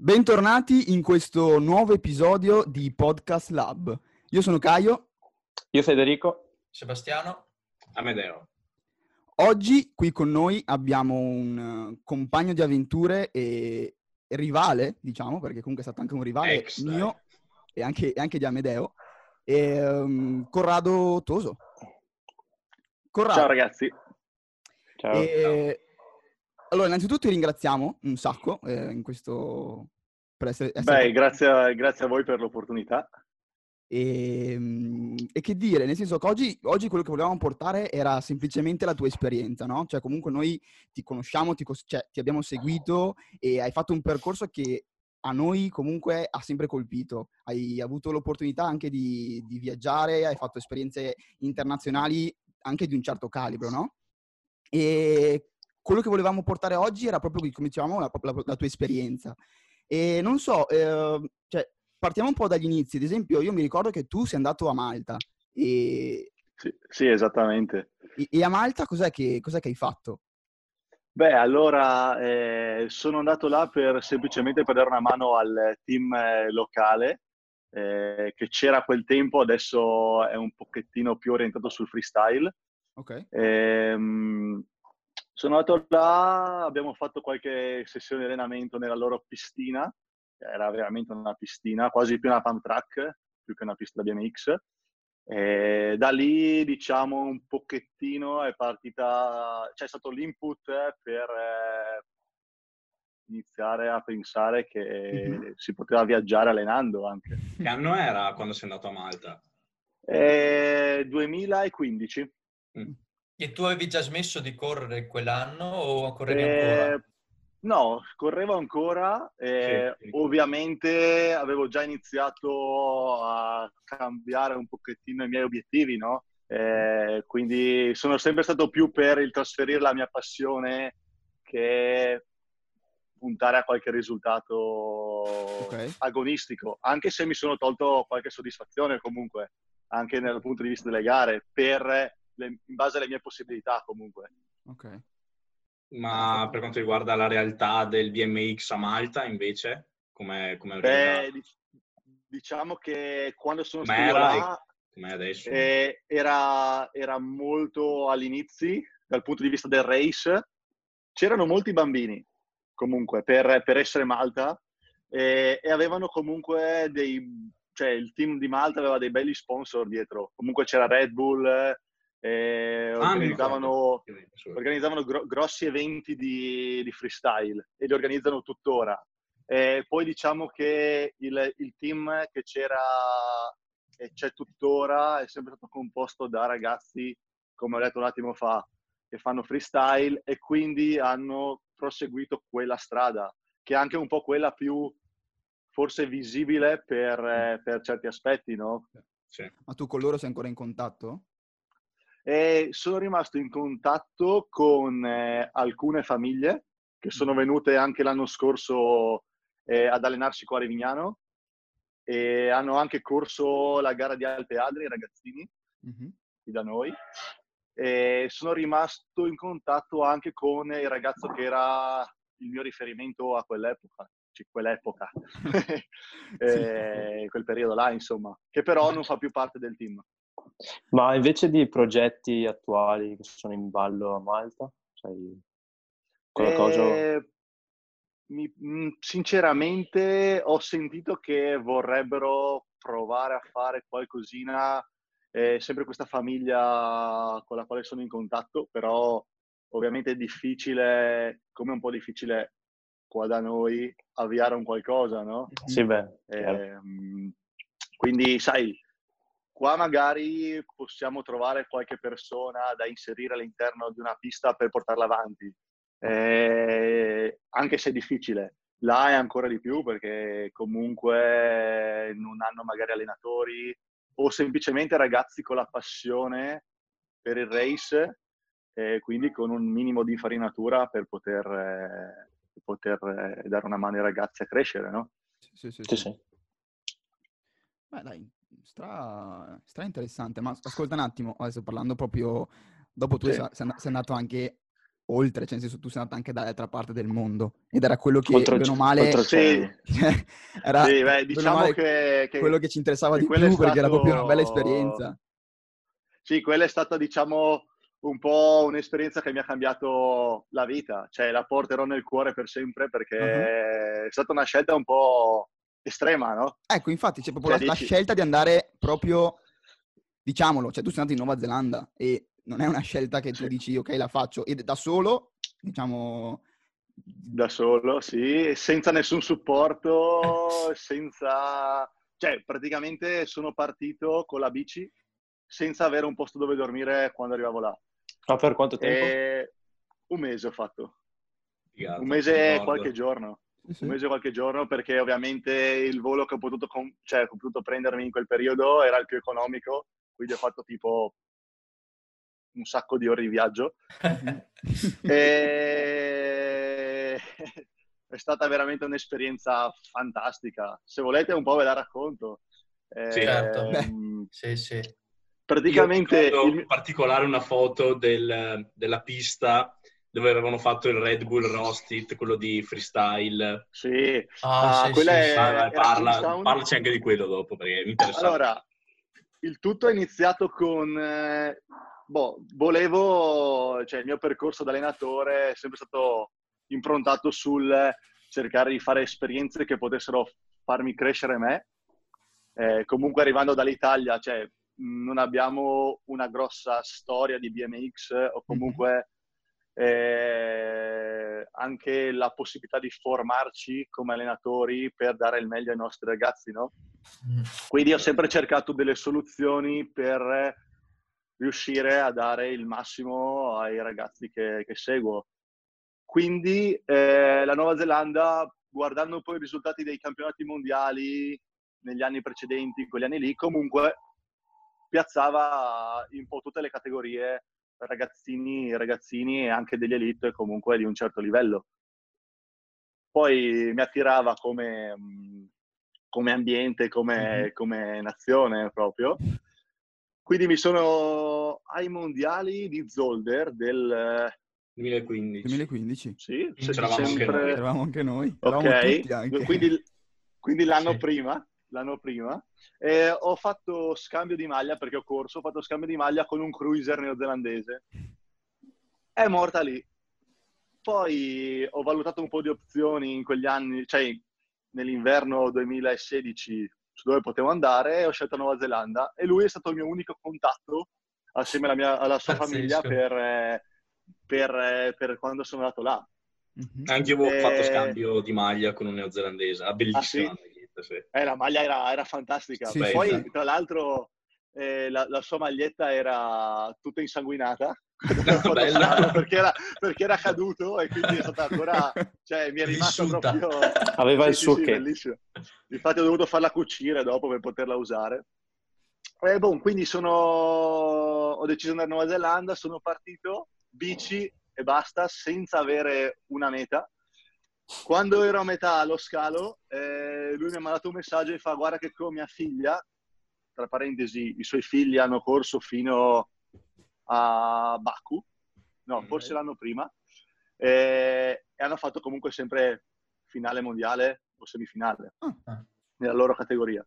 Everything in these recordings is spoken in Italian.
Bentornati in questo nuovo episodio di Podcast Lab. Io sono Caio. Io Federico. Sebastiano. Amedeo. Oggi qui con noi abbiamo un compagno di avventure e rivale, diciamo, perché comunque è stato anche un rivale mio e anche di Amedeo, Corrado Toso. Corrado. Ciao ragazzi. Ciao. Allora, innanzitutto ti ringraziamo un sacco in questo... per essere grazie a voi per l'opportunità. E che dire, nel senso che oggi quello che volevamo portare era semplicemente la tua esperienza, no? Cioè comunque noi ti conosciamo, ti abbiamo seguito e hai fatto un percorso che a noi comunque ha sempre colpito. Hai avuto l'opportunità anche di viaggiare, hai fatto esperienze internazionali anche di un certo calibro, no? E quello che volevamo portare oggi era proprio, come dicevamo, la tua esperienza. E non so, cioè, partiamo un po' dagli inizi. Ad esempio, io mi ricordo che tu sei andato a Malta. Sì, esattamente. E a Malta cos'è che hai fatto? Allora, sono andato là semplicemente per dare una mano al team locale che c'era a quel tempo, adesso è un pochettino più orientato sul freestyle. Ok. Sono andato là, abbiamo fatto qualche sessione di allenamento nella loro piscina, era veramente una piscina, quasi più una pump track, più che una pista da BMX. Da lì, diciamo, un pochettino è partita, c'è stato l'input per iniziare a pensare che si poteva viaggiare allenando anche. Che anno era quando sei andato a Malta? 2015. E tu avevi già smesso di correre quell'anno o correvi ancora? No, correvo ancora. Sì. Ovviamente avevo già iniziato a cambiare un pochettino i miei obiettivi, no? Quindi sono sempre stato più per il trasferire la mia passione che puntare a qualche risultato agonistico, anche se mi sono tolto qualche soddisfazione comunque, anche dal punto di vista delle gare, in base alle mie possibilità comunque. Ok. Ma per quanto riguarda la realtà del BMX a Malta, invece, come diciamo che quando sono stato là, com'è adesso? Era molto all'inizio, dal punto di vista del race. C'erano molti bambini, comunque, per essere Malta, e avevano comunque cioè il team di Malta aveva dei belli sponsor dietro. Comunque c'era Red Bull, organizzavano grossi eventi di freestyle e li organizzano tuttora. Poi diciamo che il team che c'era e c'è tuttora è sempre stato composto da ragazzi, come ho detto un attimo fa, che fanno freestyle e quindi hanno proseguito quella strada, che è anche un po' quella più forse visibile per certi aspetti, no? Sì. Ma tu con loro sei ancora in contatto? Sono rimasto in contatto con alcune famiglie che sono venute anche l'anno scorso ad allenarsi qua a Rivignano e hanno anche corso la gara di Alpe Adria, i ragazzini qui da noi. E sono rimasto in contatto anche con il ragazzo che era il mio riferimento a quell'epoca, quel periodo là, insomma, che però non fa più parte del team. Ma invece di progetti attuali che sono in ballo a Malta, sai qualcosa? Sinceramente ho sentito che vorrebbero provare a fare qualcosina, sempre questa famiglia con la quale sono in contatto, però ovviamente è difficile, come è un po' difficile qua da noi, avviare un qualcosa, no? Sì, beh, quindi sai, qua magari possiamo trovare qualche persona da inserire all'interno di una pista per portarla avanti. Anche se è difficile, là è ancora di più perché comunque non hanno magari allenatori o semplicemente ragazzi con la passione per il race, quindi con un minimo di infarinatura per poter dare una mano ai ragazzi a crescere, no? Sì. Beh, dai, stra interessante. Ma ascolta un attimo, adesso parlando proprio, dopo tu sei andato anche oltre, cioè nel senso tu sei andato anche dall'altra parte del mondo ed era quello che, Oltre, bene o male, oltreoceano. era Sì, bene o diciamo male che quello che ci interessava che di quello è più perché era proprio una bella stato... esperienza. Sì, quella è stata, diciamo, un po' un'esperienza che mi ha cambiato la vita. Cioè, la porterò nel cuore per sempre perché Uh-huh. è stata una scelta un po' estrema, no? Ecco, infatti c'è proprio Cioè, la dici... scelta di andare proprio, diciamolo, cioè tu sei andato in Nuova Zelanda e non è una scelta che tu Sì, dici ok la faccio e da solo, diciamo, da solo, sì, senza nessun supporto, senza... Cioè, praticamente sono partito con la bici senza avere un posto dove dormire quando arrivavo là. Ma per quanto tempo? E un mese ho fatto. Figata, Un mese e qualche ricordo. giorno. sì, sì. Un mese e qualche giorno perché ovviamente il volo che ho potuto, cioè, che ho potuto prendermi in quel periodo era il più economico, quindi ho fatto tipo un sacco di ore di viaggio. Mhm. E... è stata veramente un'esperienza fantastica. Se volete un po' ve la racconto. Sì. Certo, Beh, sì, sì. Io Praticamente ricordo in particolare una foto della pista dove avevano fatto il Red Bull Roasted, quello di freestyle. sì, Ah, sì, quella sì, sì. Vai, vai, era Queenstown. parlaci anche di quello dopo, perché mi interessava. Allora, il tutto è iniziato con, volevo, cioè il mio percorso da allenatore è sempre stato improntato sul cercare di fare esperienze che potessero farmi crescere me. Comunque arrivando dall'Italia, cioè, non abbiamo una grossa storia di BMX o comunque anche la possibilità di formarci come allenatori per dare il meglio ai nostri ragazzi, no? Mm. Quindi ho sempre cercato delle soluzioni per riuscire a dare il massimo ai ragazzi che seguo. Quindi la Nuova Zelanda, guardando poi i risultati dei campionati mondiali negli anni precedenti, quegli anni lì, comunque piazzava un po' tutte le categorie ragazzini e anche degli elite comunque di un certo livello. Poi mi attirava come ambiente, come nazione proprio. Quindi mi sono ai mondiali di Zolder del 2015. 2015. sì, C'eravamo anche sempre noi. Eravamo anche noi, eravamo tutti ok, anche. quindi l'anno Sì. prima ho fatto scambio di maglia perché ho fatto scambio di maglia con un cruiser neozelandese. È morta lì. Poi ho valutato un po' di opzioni in quegli anni, cioè nell'inverno 2016 su dove potevo andare e ho scelto Nuova Zelanda e lui è stato il mio unico contatto assieme alla sua famiglia Pazzesco. per quando sono andato là. Anche io avevo fatto E... scambio di maglia con un neozelandese, una Ah bellissima sì? maglietta, sì. La maglia era fantastica. Sì, sì, Poi, sì. tra l'altro, la sua maglietta era tutta insanguinata quando abbiamo fatto Bella. scambio perché era caduto e quindi è stata ancora, cioè mi è rimasta Vissuta. proprio... Aveva Sì, il sì, suo sì, che. bellissima. Infatti ho dovuto farla cucire dopo per poterla usare. Quindi ho deciso di andare in Nuova Zelanda, sono partito, bici e basta, senza avere una meta. Quando ero a metà allo scalo, lui mi ha mandato un messaggio e fa: guarda che con mia figlia, tra parentesi, i suoi figli hanno corso fino a Baku, no, forse l'anno prima, e hanno fatto comunque sempre finale mondiale o semifinale Ah. nella loro categoria.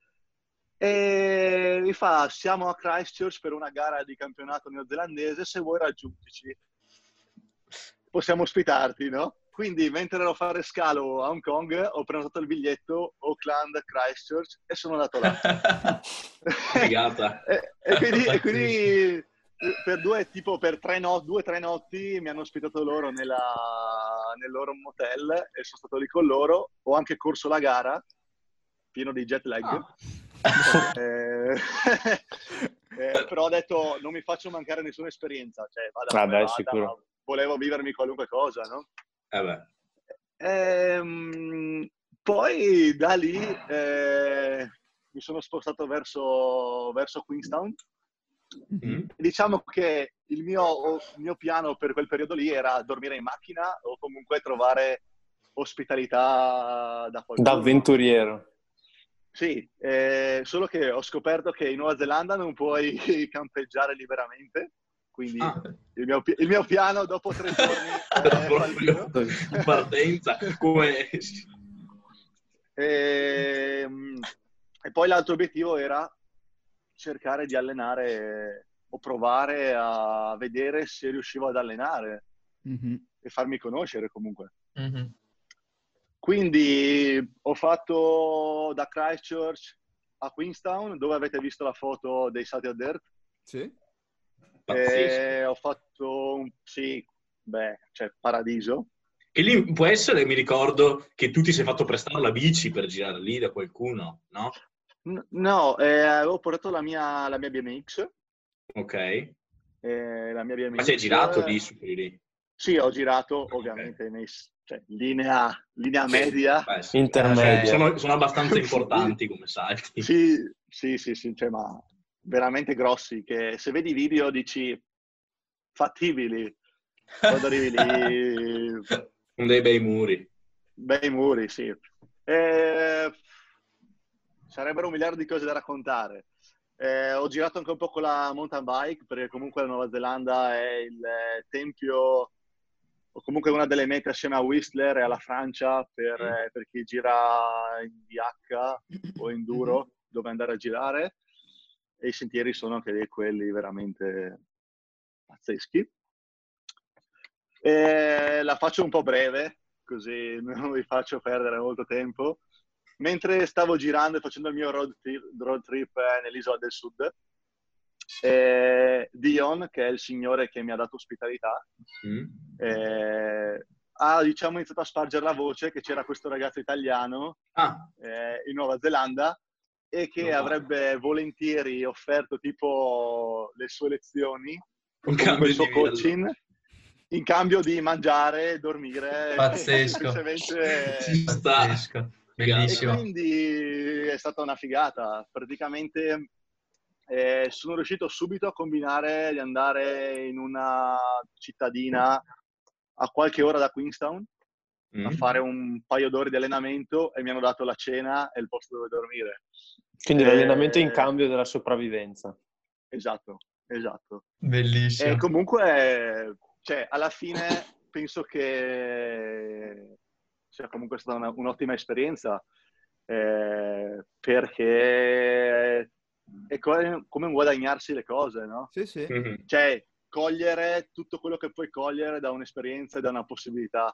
E mi fa: siamo a Christchurch per una gara di campionato neozelandese, se vuoi raggiungici possiamo ospitarti, no? Quindi mentre ero a fare scalo a Hong Kong ho prenotato il biglietto Auckland Christchurch e sono andato là. Figata. e quindi per due o tre notti mi hanno ospitato loro nel loro motel e sono stato lì con loro. Ho anche corso la gara pieno di jet lag. Ah. Però ho detto non mi faccio mancare nessuna esperienza, cioè vada come Dai, vada, sicuro. ma volevo vivermi qualunque cosa, no? Beh. Poi da lì mi sono spostato verso Queenstown. Mm. Diciamo che il mio piano per quel periodo lì era dormire in macchina o comunque trovare ospitalità da qualcuno. Da avventuriero. Sì, solo che ho scoperto che in Nuova Zelanda non puoi campeggiare liberamente, quindi Ah. il mio piano dopo 3 giorni Era è proprio fallito. in partenza. Come... E poi l'altro obiettivo era cercare di allenare o provare a vedere se riuscivo ad allenare e farmi conoscere comunque. Mhm. Quindi ho fatto da Christchurch a Queenstown, dove avete visto la foto dei salti al dirt. Sì. Pazzesco. Ho fatto cioè paradiso. Che lì può essere, mi ricordo, che tu ti sei fatto prestare la bici per girare lì da qualcuno, no? No, avevo portato la mia BMX. Ok. La mia BMX. Ma sei girato lì su quelli lì? Sì, ho girato ovviamente cioè, linea media. Beh, sì. Intermedia. Sono abbastanza importanti come salti. Sì, cioè, ma veramente grossi, che se vedi i video dici fattibili, quando arrivi lì... Con dei bei muri. Bei muri, sì. Sarebbero un miliardo di cose da raccontare. Ho girato anche un po' con la mountain bike, perché comunque la Nuova Zelanda è il tempio, o comunque una delle mete assieme a Whistler e alla Francia per chi gira in DH o enduro, dove andare a girare. E i sentieri sono anche quelli veramente pazzeschi. La faccio un po' breve, così non vi faccio perdere molto tempo. Mentre stavo girando e facendo il mio road trip nell'isola del sud, Dion, che è il signore che mi ha dato ospitalità, ha iniziato a spargere la voce che c'era questo ragazzo italiano in Nuova Zelanda e che avrebbe volentieri offerto tipo le sue lezioni, il suo coaching, in cambio di mangiare, dormire. Pazzesco. Semplicemente... Bellissimo. E quindi è stata una figata. Praticamente sono riuscito subito a combinare di andare in una cittadina a qualche ora da Queenstown a fare un paio d'ore di allenamento e mi hanno dato la cena e il posto dove dormire. Quindi l'allenamento in cambio della sopravvivenza. Esatto. Bellissimo. E comunque, cioè, alla fine penso che sia comunque stata un'ottima esperienza, perché è come guadagnarsi le cose, no? Sì. Cioè, cogliere tutto quello che puoi cogliere da un'esperienza e da una possibilità.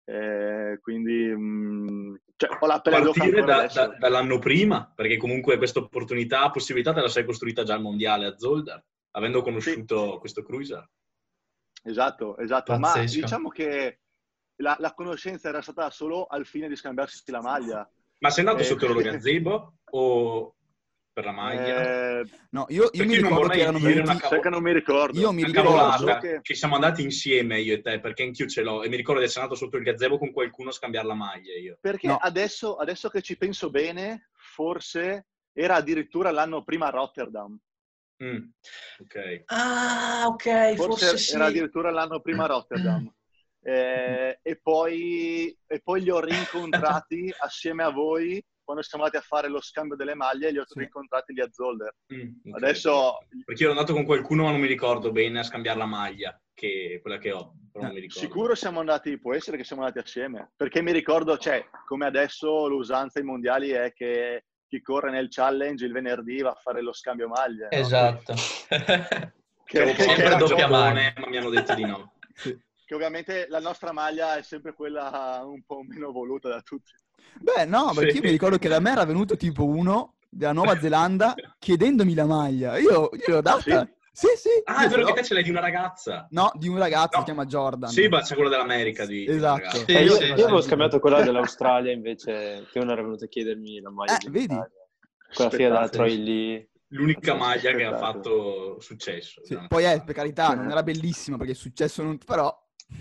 Quindi cioè, ho la pelle d'oca ancora adesso. Dall'anno prima, perché comunque questa possibilità te la sei costruita già al mondiale a Zolder, avendo conosciuto questo cruiser. Esatto. Pazzesco. Ma diciamo che la conoscenza era stata solo al fine di scambiarsi la maglia. Ma sei andato sotto il loro gazebo o per la maglia? No, io mi ricordo che erano venuti... Sai che non mi ricordo. Io mi ricordo che ci siamo andati insieme io e te, perché anch'io ce l'ho, e mi ricordo di essere andato sotto il gazebo con qualcuno a scambiare la maglia io. Perché adesso che ci penso bene, forse era addirittura l'anno prima a Rotterdam. Ok. Ah, ok, forse sì. Era addirittura l'anno prima a Rotterdam. E poi li ho rincontrati assieme a voi quando siamo andati a fare lo scambio delle maglie e li ho rincontrati lì a Zolder. Okay. Adesso... Perché io ero andato con qualcuno ma non mi ricordo bene a scambiare la maglia, che quella che ho, però non mi ricordo. Sicuro può essere che siamo andati assieme, perché mi ricordo, cioè, come adesso l'usanza ai mondiali è che chi corre nel challenge il venerdì va a fare lo scambio maglie. Esatto. No? Che sempre doppia maglia. Ma mi hanno detto di no. Che ovviamente la nostra maglia è sempre quella un po' meno voluta da tutti. Beh, no, perché io mi ricordo che da me era venuto tipo uno della Nuova Zelanda chiedendomi la maglia. Io l'ho data. Sì. Ah, è vero che te ce l'hai di una ragazza. No, di un ragazzo, si chiama Jordan. Sì, ma c'è quello dell'America. Esatto. Io avevo scambiato quella dell'Australia invece, che uno era venuto a chiedermi la maglia. Vedi? Quella figlia della Troy lì. L'unica maglia che ha fatto successo. Sì. Poi per carità, non era bellissima perché è successo non... però...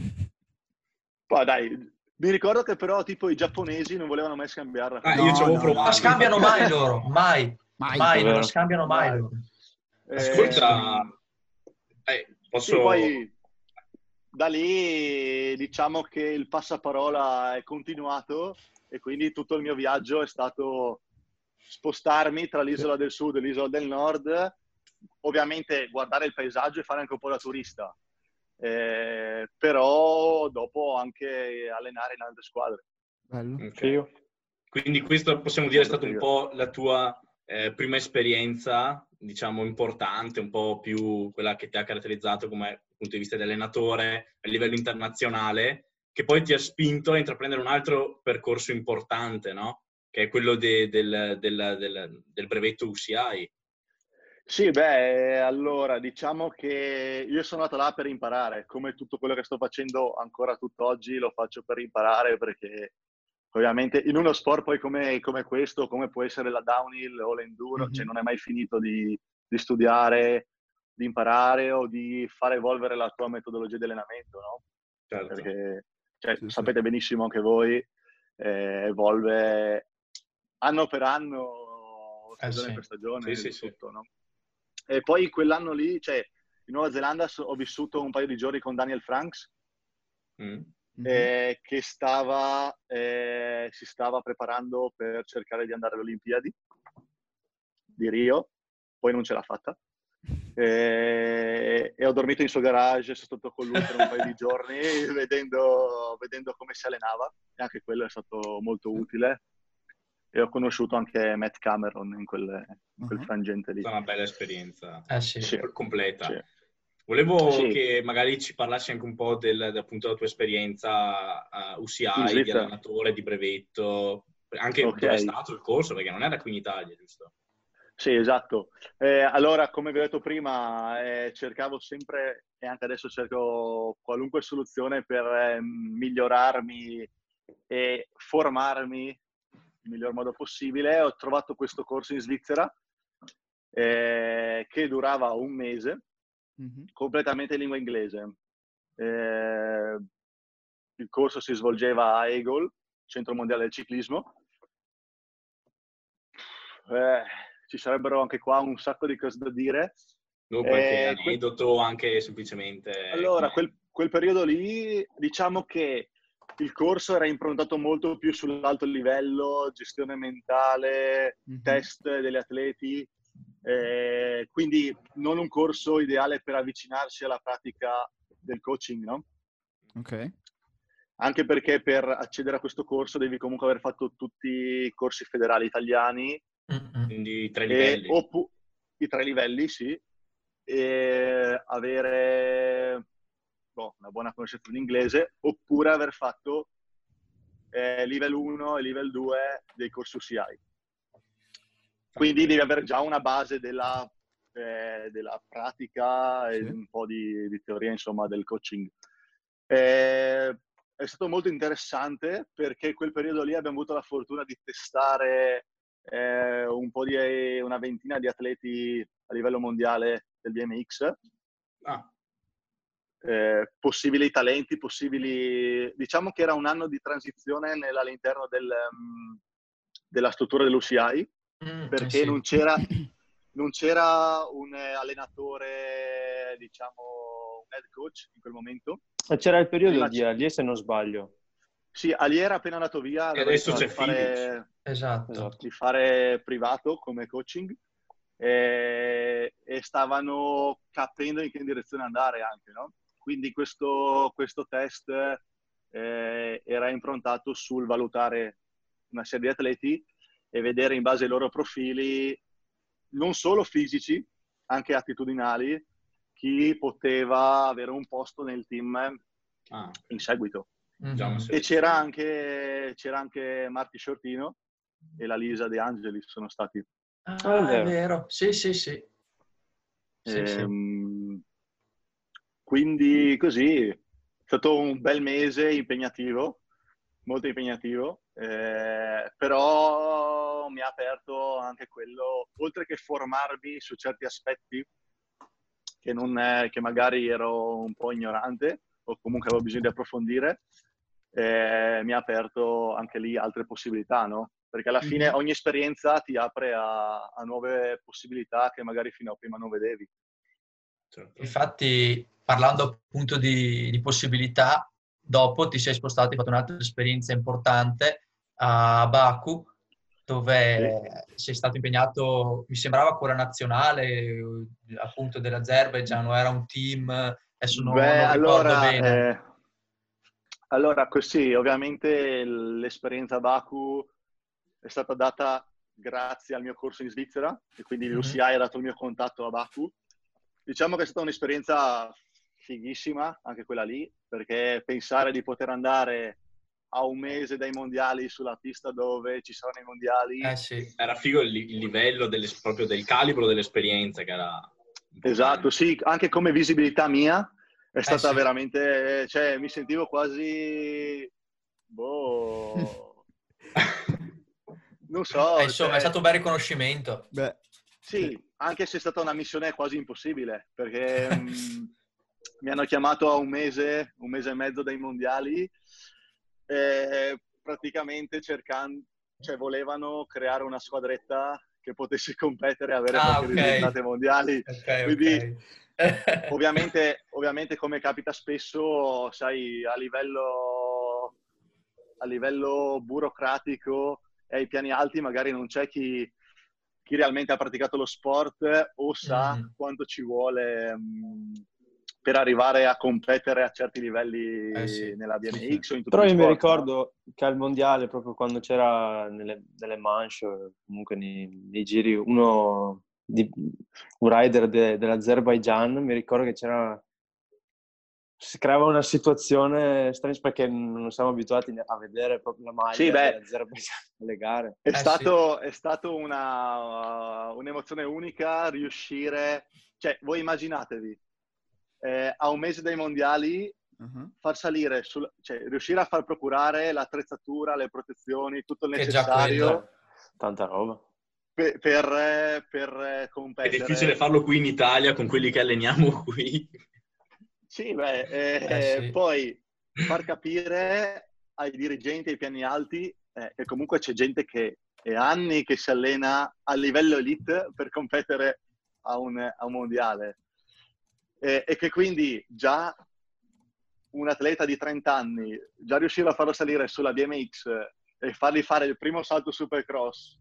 Poi dai... Mi ricordo che però tipo i giapponesi non volevano mai scambiarla. Io ci avevo provato. Non scambiano mai loro, mai, non lo scambiano mai loro. Ascolta, posso... Sì, poi da lì diciamo che il passaparola è continuato e quindi tutto il mio viaggio è stato spostarmi tra l'isola del sud e l'isola del nord ovviamente guardare il paesaggio e fare anche un po' da turista, però dopo anche allenare in altre squadre. Bello. Okay. Quindi questo possiamo dire è stato un po' la tua prima esperienza, diciamo, importante, un po' più quella che ti ha caratterizzato come punto di vista di allenatore a livello internazionale, che poi ti ha spinto a intraprendere un altro percorso importante, no? Che è quello del brevetto UCI. Sì, allora diciamo che io sono andato là per imparare, come tutto quello che sto facendo ancora tutt'oggi lo faccio per imparare, perché ovviamente in uno sport poi come questo, come può essere la downhill o l'enduro, cioè non è mai finito di studiare, di imparare o di far evolvere la tua metodologia di allenamento, no? Certo. Perché cioè, Sì, sapete benissimo anche voi, evolve anno per anno, stagione per stagione, tutto, no? E poi quell'anno lì, cioè in Nuova Zelanda ho vissuto un paio di giorni con Daniel Franks, che si stava preparando per cercare di andare alle Olimpiadi di Rio, poi non ce l'ha fatta. E ho dormito in suo garage, sono stato con lui per un paio di giorni vedendo come si allenava, e anche quello è stato molto utile. E ho conosciuto anche Matt Cameron in quel frangente lì. È stata una bella esperienza, completa. Sì. Volevo che magari ci parlassi anche un po' appunto della tua esperienza UCI, di allenatore, di brevetto, anche dove è stato il corso, perché non era qui in Italia, giusto? Sì, esatto. Allora, come vi ho detto prima, cercavo sempre, e anche adesso cerco qualunque soluzione per migliorarmi e formarmi nel miglior modo possibile. Ho trovato questo corso in Svizzera che durava un mese, completamente in lingua inglese. Il corso si svolgeva a Egol, Centro Mondiale del Ciclismo. Ci sarebbero anche qua un sacco di cose da dire. Qualche aneddoto anche semplicemente. Allora, quel periodo lì, diciamo che il corso era improntato molto più sull'alto livello, gestione mentale, test degli atleti, quindi non un corso ideale per avvicinarsi alla pratica del coaching, no? Ok. Anche perché per accedere a questo corso devi comunque aver fatto tutti i corsi federali italiani. Quindi i 3 livelli. I 3 livelli, sì. E avere una buona conoscenza dell'inglese, oppure aver fatto livello 1 e livello 2 dei corsi UCI. Quindi devi avere già una base della pratica e un po' di teoria, insomma, del coaching. È stato molto interessante perché quel periodo lì abbiamo avuto la fortuna di testare una ventina di atleti a livello mondiale del BMX. Possibili talenti, diciamo che era un anno di transizione all'interno della struttura dell'UCI, perché non c'era un allenatore, diciamo un head coach in quel momento. C'era il periodo di Ali, se non sbaglio. Sì, Ali era appena andato via, e adesso c'è Felix. Esatto. Di fare privato come coaching, e stavano capendo in che direzione andare anche, no? Quindi questo test era improntato sul valutare una serie di atleti e vedere in base ai loro profili, non solo fisici, anche attitudinali, chi poteva avere un posto nel team in seguito. E c'era anche Marti Shortino e la Lisa De Angelis sono stati. È vero. Sì. Quindi così è stato un bel mese impegnativo, molto impegnativo, però mi ha aperto anche quello, oltre che formarmi su certi aspetti che magari ero un po' ignorante o comunque avevo bisogno di approfondire, mi ha aperto anche lì altre possibilità, no? Perché alla fine ogni esperienza ti apre a nuove possibilità che magari fino a prima non vedevi. Certo. Infatti, parlando appunto di possibilità, dopo ti sei spostato, hai fatto un'altra esperienza importante a Baku, dove sei stato impegnato, mi sembrava con la nazionale, appunto dell'Azerbaijan, o era un team, adesso non ricordo bene. Allora, così, ovviamente l'esperienza a Baku è stata data grazie al mio corso in Svizzera, e quindi l'UCI ha dato il mio contatto a Baku. Diciamo che è stata un'esperienza fighissima, anche quella lì, perché pensare di poter andare a un mese dai mondiali sulla pista dove ci saranno i mondiali... Sì. Era figo il livello proprio del calibro dell'esperienza che era importante. Esatto, sì, anche come visibilità mia è stata veramente... Cioè, mi sentivo quasi... non so. Insomma, è stato un bel riconoscimento. Beh, sì, anche se è stata una missione quasi impossibile, perché mi hanno chiamato a un mese e mezzo dai mondiali, praticamente volevano creare una squadretta che potesse competere e avere qualche risultato ai mondiali. Quindi, ovviamente, come capita spesso, sai, a livello burocratico e ai piani alti magari non c'è chi realmente ha praticato lo sport o sa quanto ci vuole per arrivare a competere a certi livelli nella BMX o in tutti Però gli io sport. mi ricordo che al mondiale, proprio quando c'era nelle manche, comunque nei giri, un rider dell'Azerbaijan, mi ricordo che si creava una situazione strana, perché non siamo abituati a vedere proprio la maglia dell'Azerbaijan alle gare. È stato un'emozione unica riuscire... Cioè, voi immaginatevi, a un mese dai mondiali, far salire, riuscire a far procurare l'attrezzatura, le protezioni, tutto il necessario. Tanta roba. Per competere. È difficile farlo qui in Italia con quelli che alleniamo qui. Sì, poi far capire ai dirigenti, ai piani alti, che comunque c'è gente che è anni che si allena a livello elite per competere a un mondiale. E che quindi già un atleta di 30 anni, già riuscire a farlo salire sulla BMX e fargli fare il primo salto supercross,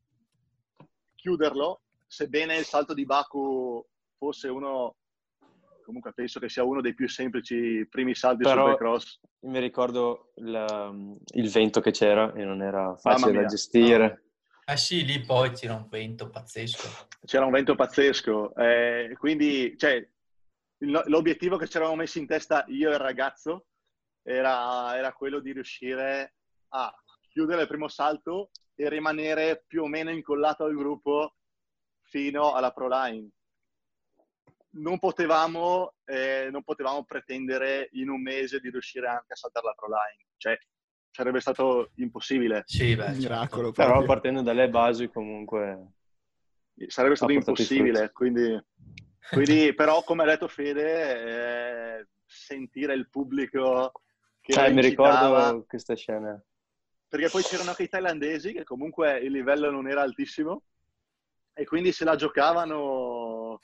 chiuderlo, sebbene il salto di Baku fosse comunque penso che sia uno dei più semplici primi salti supercross. Mi ricordo il vento che c'era e non era facile da gestire. Sì, lì poi c'era un vento pazzesco. C'era un vento pazzesco. Quindi, l'obiettivo che ci eravamo messi in testa io e il ragazzo era quello di riuscire a chiudere il primo salto e rimanere più o meno incollato al gruppo fino alla Pro Line. Non potevamo pretendere in un mese di riuscire anche a saltare la Pro Line. Cioè, sarebbe stato impossibile. Sì, miracolo. Certo. Però partendo dalle basi comunque... Sarebbe stato impossibile. Quindi, però, come ha detto Fede, sentire il pubblico che mi ricordo questa scena. Perché poi c'erano anche i thailandesi, che comunque il livello non era altissimo, e quindi se la giocavano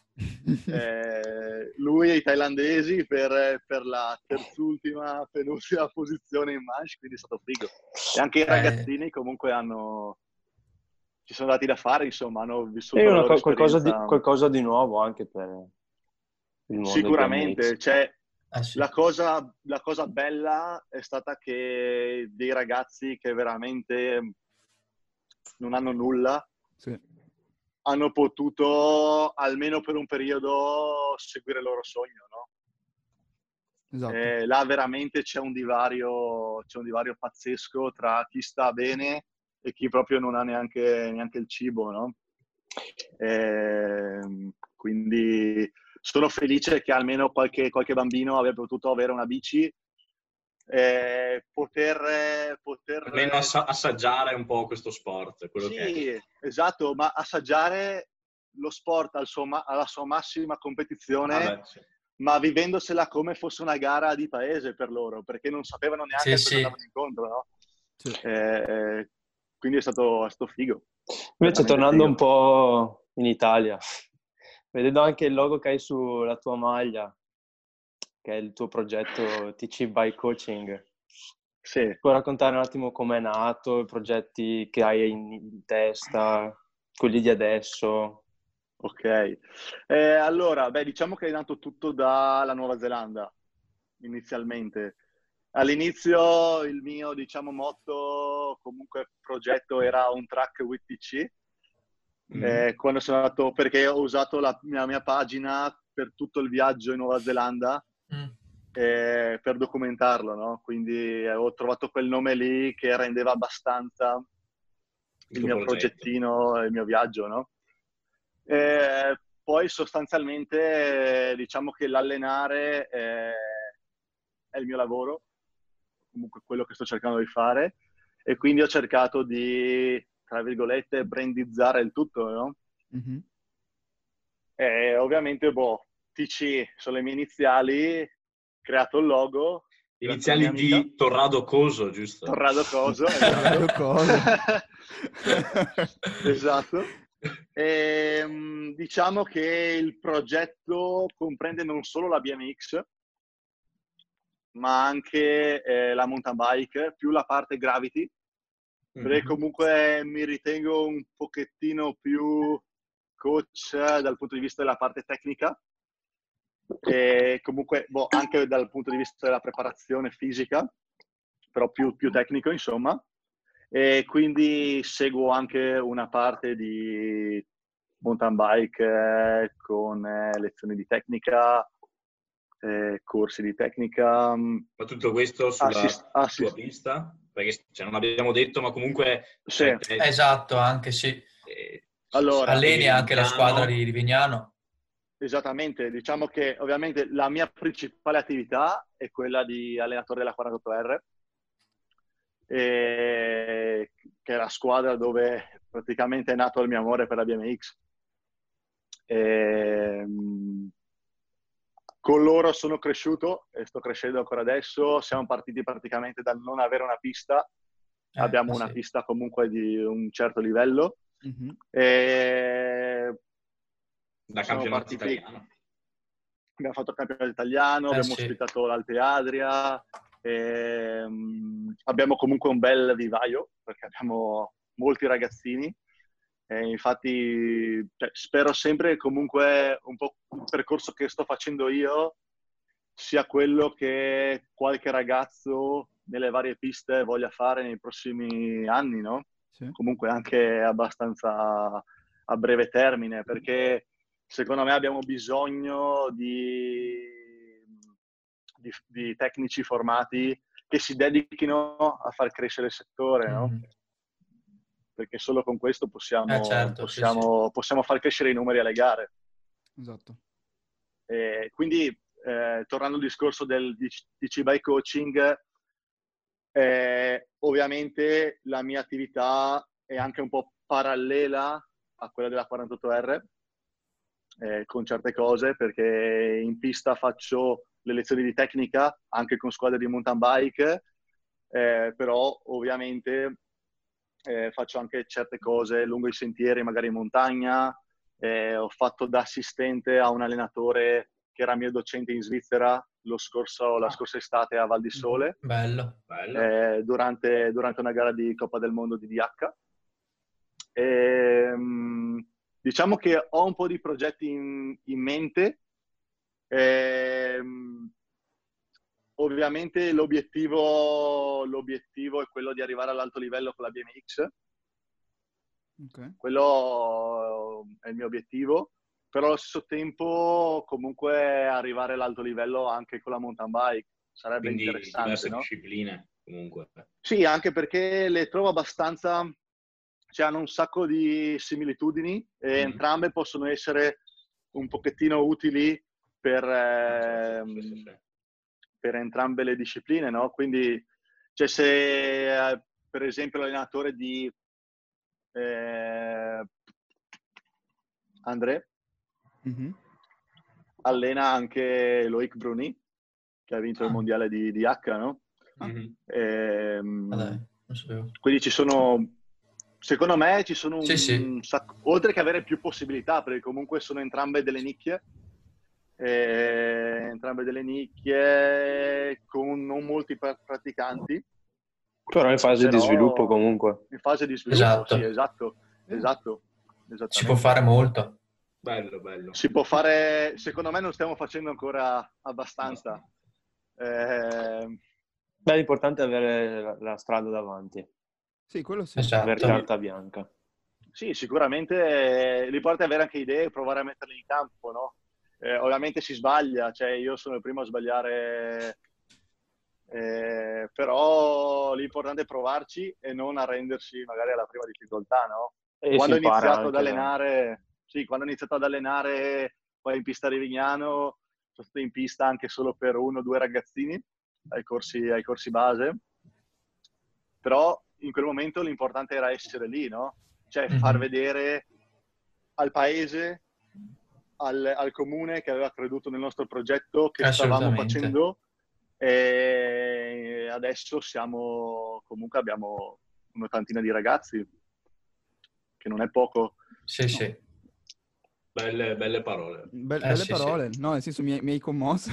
lui e i thailandesi per la terzultima, penultima posizione in manche, quindi è stato figo. E anche i ragazzini comunque ci sono dati da fare, insomma, hanno vissuto la loro esperienza. Qualcosa di nuovo anche per il mondo. Sicuramente, la cosa bella è stata che dei ragazzi che veramente non hanno nulla hanno potuto, almeno per un periodo, seguire il loro sogno, no? Esatto. Là veramente c'è un divario pazzesco tra chi sta bene e chi proprio non ha neanche il cibo, no? Quindi sono felice che almeno qualche bambino abbia potuto avere una bici, poter almeno assaggiare un po' questo sport. Sì, esatto, ma assaggiare lo sport alla sua massima competizione, ma vivendosela come fosse una gara di paese per loro, perché non sapevano neanche a cosa andavano incontro, no? Quindi è stato figo. Invece tornando un po' in Italia, vedendo anche il logo che hai sulla tua maglia, che è il tuo progetto TC Bike Coaching, Sì. Puoi raccontare un attimo com'è nato, i progetti che hai in testa, quelli di adesso? Ok. Allora, diciamo che è nato tutto dalla Nuova Zelanda, inizialmente. All'inizio il mio, diciamo, motto, comunque progetto, era un track with TC. Quando sono andato, perché ho usato la mia pagina per tutto il viaggio in Nuova Zelanda per documentarlo, no? Quindi ho trovato quel nome lì che rendeva abbastanza il mio progettino, il mio viaggio, no? Poi sostanzialmente diciamo che l'allenare è il mio lavoro, comunque quello che sto cercando di fare, e quindi ho cercato di, tra virgolette, brandizzare il tutto, no? Mm-hmm. E ovviamente, TC sono le mie iniziali, creato il logo. Iniziali di Torrado Coso, giusto? Torrado Coso, Torrado Coso. Esatto. E, diciamo che il progetto comprende non solo la BMX, ma anche la mountain bike, più la parte gravity, perché comunque mi ritengo un pochettino più coach dal punto di vista della parte tecnica e comunque anche dal punto di vista della preparazione fisica, però più tecnico, insomma. E quindi seguo anche una parte di mountain bike con lezioni di tecnica, corsi di tecnica. Ma tutto questo sulla tua pista? Perché non l'abbiamo detto, ma comunque... Sì. Esatto, anche sì. Allora, alleni anche la squadra di Vignano. Esattamente, diciamo che ovviamente la mia principale attività è quella di allenatore della 48R, che è la squadra dove praticamente è nato il mio amore per la BMX. Con loro sono cresciuto e sto crescendo ancora adesso. Siamo partiti praticamente dal non avere una pista, abbiamo una pista comunque di un certo livello. Da campionato italiano. Abbiamo fatto il campionato italiano, abbiamo ospitato l'Alpe Adria, abbiamo comunque un bel vivaio perché abbiamo molti ragazzini. Infatti spero sempre che comunque un po' il percorso che sto facendo io sia quello che qualche ragazzo nelle varie piste voglia fare nei prossimi anni, no? Sì. Comunque anche abbastanza a breve termine, perché secondo me abbiamo bisogno di tecnici formati che si dedichino a far crescere il settore, no? Perché solo con questo possiamo far crescere i numeri alle gare. Esatto. Quindi, tornando al discorso del TC Bike Coaching, ovviamente la mia attività è anche un po' parallela a quella della 48R, con certe cose, perché in pista faccio le lezioni di tecnica anche con squadre di mountain bike, però ovviamente faccio anche certe cose lungo i sentieri, magari in montagna. Ho fatto da assistente a un allenatore che era mio docente in Svizzera la scorsa estate a Val di Sole. Bello. Durante una gara di Coppa del Mondo di DH. Diciamo che ho un po' di progetti in mente. Ovviamente l'obiettivo è quello di arrivare all'alto livello con la BMX. Okay. Quello è il mio obiettivo, però allo stesso tempo comunque arrivare all'alto livello anche con la mountain bike sarebbe interessante. Diverse no? discipline comunque. Sì, anche perché le trovo abbastanza, cioè hanno un sacco di similitudini e entrambe possono essere un pochettino utili per entrambe le discipline, no? Quindi, cioè se per esempio l'allenatore di André allena anche Loic Bruni, che ha vinto il mondiale di DH, no? Non sapevo. Quindi secondo me ci sono un sacco, oltre che avere più possibilità, perché comunque sono entrambe delle nicchie, con non molti praticanti, Però in fase di sviluppo comunque. In fase di sviluppo, esatto. Sì, esatto. Si può fare molto. Bello. Si può fare, secondo me non stiamo facendo ancora abbastanza. L'importante è avere la strada davanti. Sì, quello sì. Esatto. Avere carta bianca. Sì, sicuramente l'importante è avere anche idee e provare a metterle in campo, no? Ovviamente si sbaglia, cioè io sono il primo a sbagliare, però l'importante è provarci e non arrendersi magari alla prima difficoltà, no? Quando ho iniziato ad allenare poi in pista Rivignano, sono stato in pista anche solo per 1 o 2 ragazzini ai corsi base, però in quel momento l'importante era essere lì, no? Cioè far vedere al paese, al comune che aveva creduto nel nostro progetto, che stavamo facendo, e adesso abbiamo una tantina di ragazzi, che non è poco. Sì, sì. Belle parole. Belle parole. Sì. No, nel senso mi hai commosso.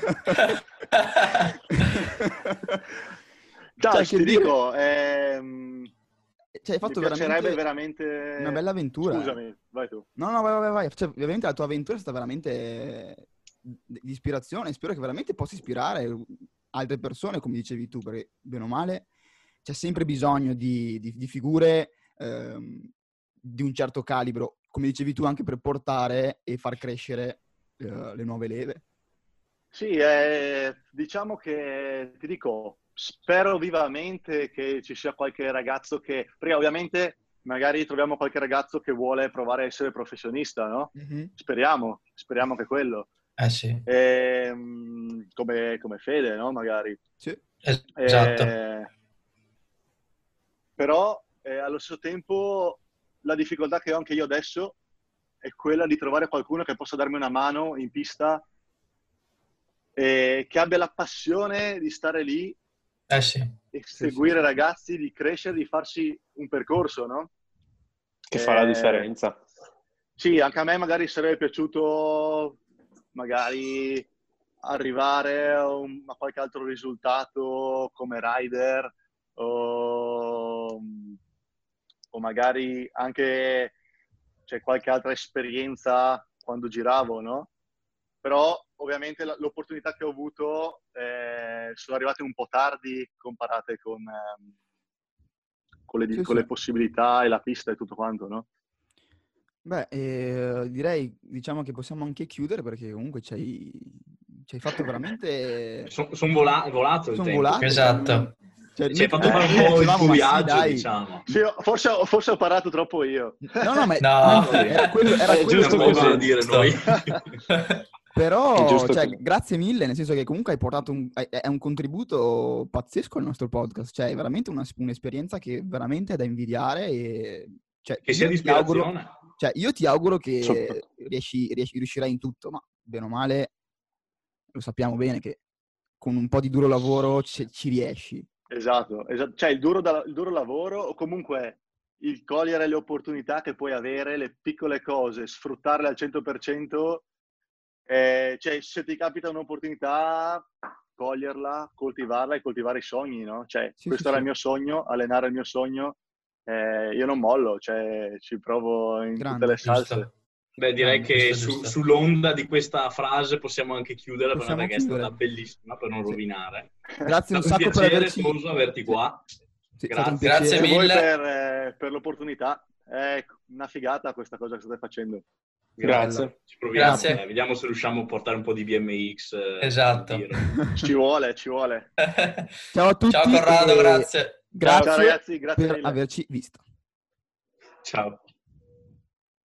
Ciao, ti dico... Cioè, hai fatto veramente una bella avventura. Scusami, vai tu. No, vai. Cioè, ovviamente la tua avventura è stata veramente di ispirazione. Spero che veramente possa ispirare altre persone, come dicevi tu, perché bene o male c'è sempre bisogno di figure di un certo calibro, come dicevi tu, anche per portare e far crescere le nuove leve. Sì, diciamo che, ti dico, spero vivamente che ci sia qualche ragazzo perché ovviamente magari troviamo qualche ragazzo che vuole provare a essere professionista, no? Mm-hmm. Speriamo che quello. Sì. Come Fede, no? Magari. Sì. Esatto. Però allo stesso tempo la difficoltà che ho anche io adesso è quella di trovare qualcuno che possa darmi una mano in pista e che abbia la passione di stare lì sì. e seguire ragazzi, di crescere, di farsi un percorso, no? Che fa la differenza. Sì, anche a me magari sarebbe piaciuto magari arrivare a qualche altro risultato come rider o magari anche qualche altra esperienza quando giravo, no? Però ovviamente l'opportunità che ho avuto sono arrivate un po' tardi comparate con le possibilità e la pista e tutto quanto, no? Beh, direi, diciamo che possiamo anche chiudere perché comunque ci hai fatto veramente... Sono volato il tempo. Esatto. Cioè, ci hai fatto fare un po' il tuo viaggio, diciamo. Sì, forse ho parlato troppo io. No, era quello giusto così dire noi. Però, grazie mille, nel senso che comunque hai portato è un contributo pazzesco al nostro podcast, cioè è veramente un'esperienza che veramente è da invidiare e... che sia di ispirazione. Io ti auguro che riuscirai in tutto, ma bene o male lo sappiamo bene che con un po' di duro lavoro ci riesci. Esatto. Cioè il duro lavoro o comunque il cogliere le opportunità che puoi avere, le piccole cose, sfruttarle al 100%, cioè se ti capita un'opportunità, coglierla, coltivarla e coltivare i sogni, no? Cioè questo era il mio sogno, allenare il mio sogno, io non mollo, ci provo in tutte le salse. Giusto. Beh, direi che sull'onda di questa frase possiamo anche chiudere, perché è stata bellissima, per non rovinare. Grazie un sacco per averti qua. Sì, grazie mille. Voi per l'opportunità. È una figata questa cosa che state facendo. Grazie. Ci proviamo. Vediamo se riusciamo a portare un po' di BMX. Esatto. Ci vuole. Ciao a tutti. Ciao Corrado, grazie. Grazie ciao ragazzi, grazie per mille. averci visto. Ciao.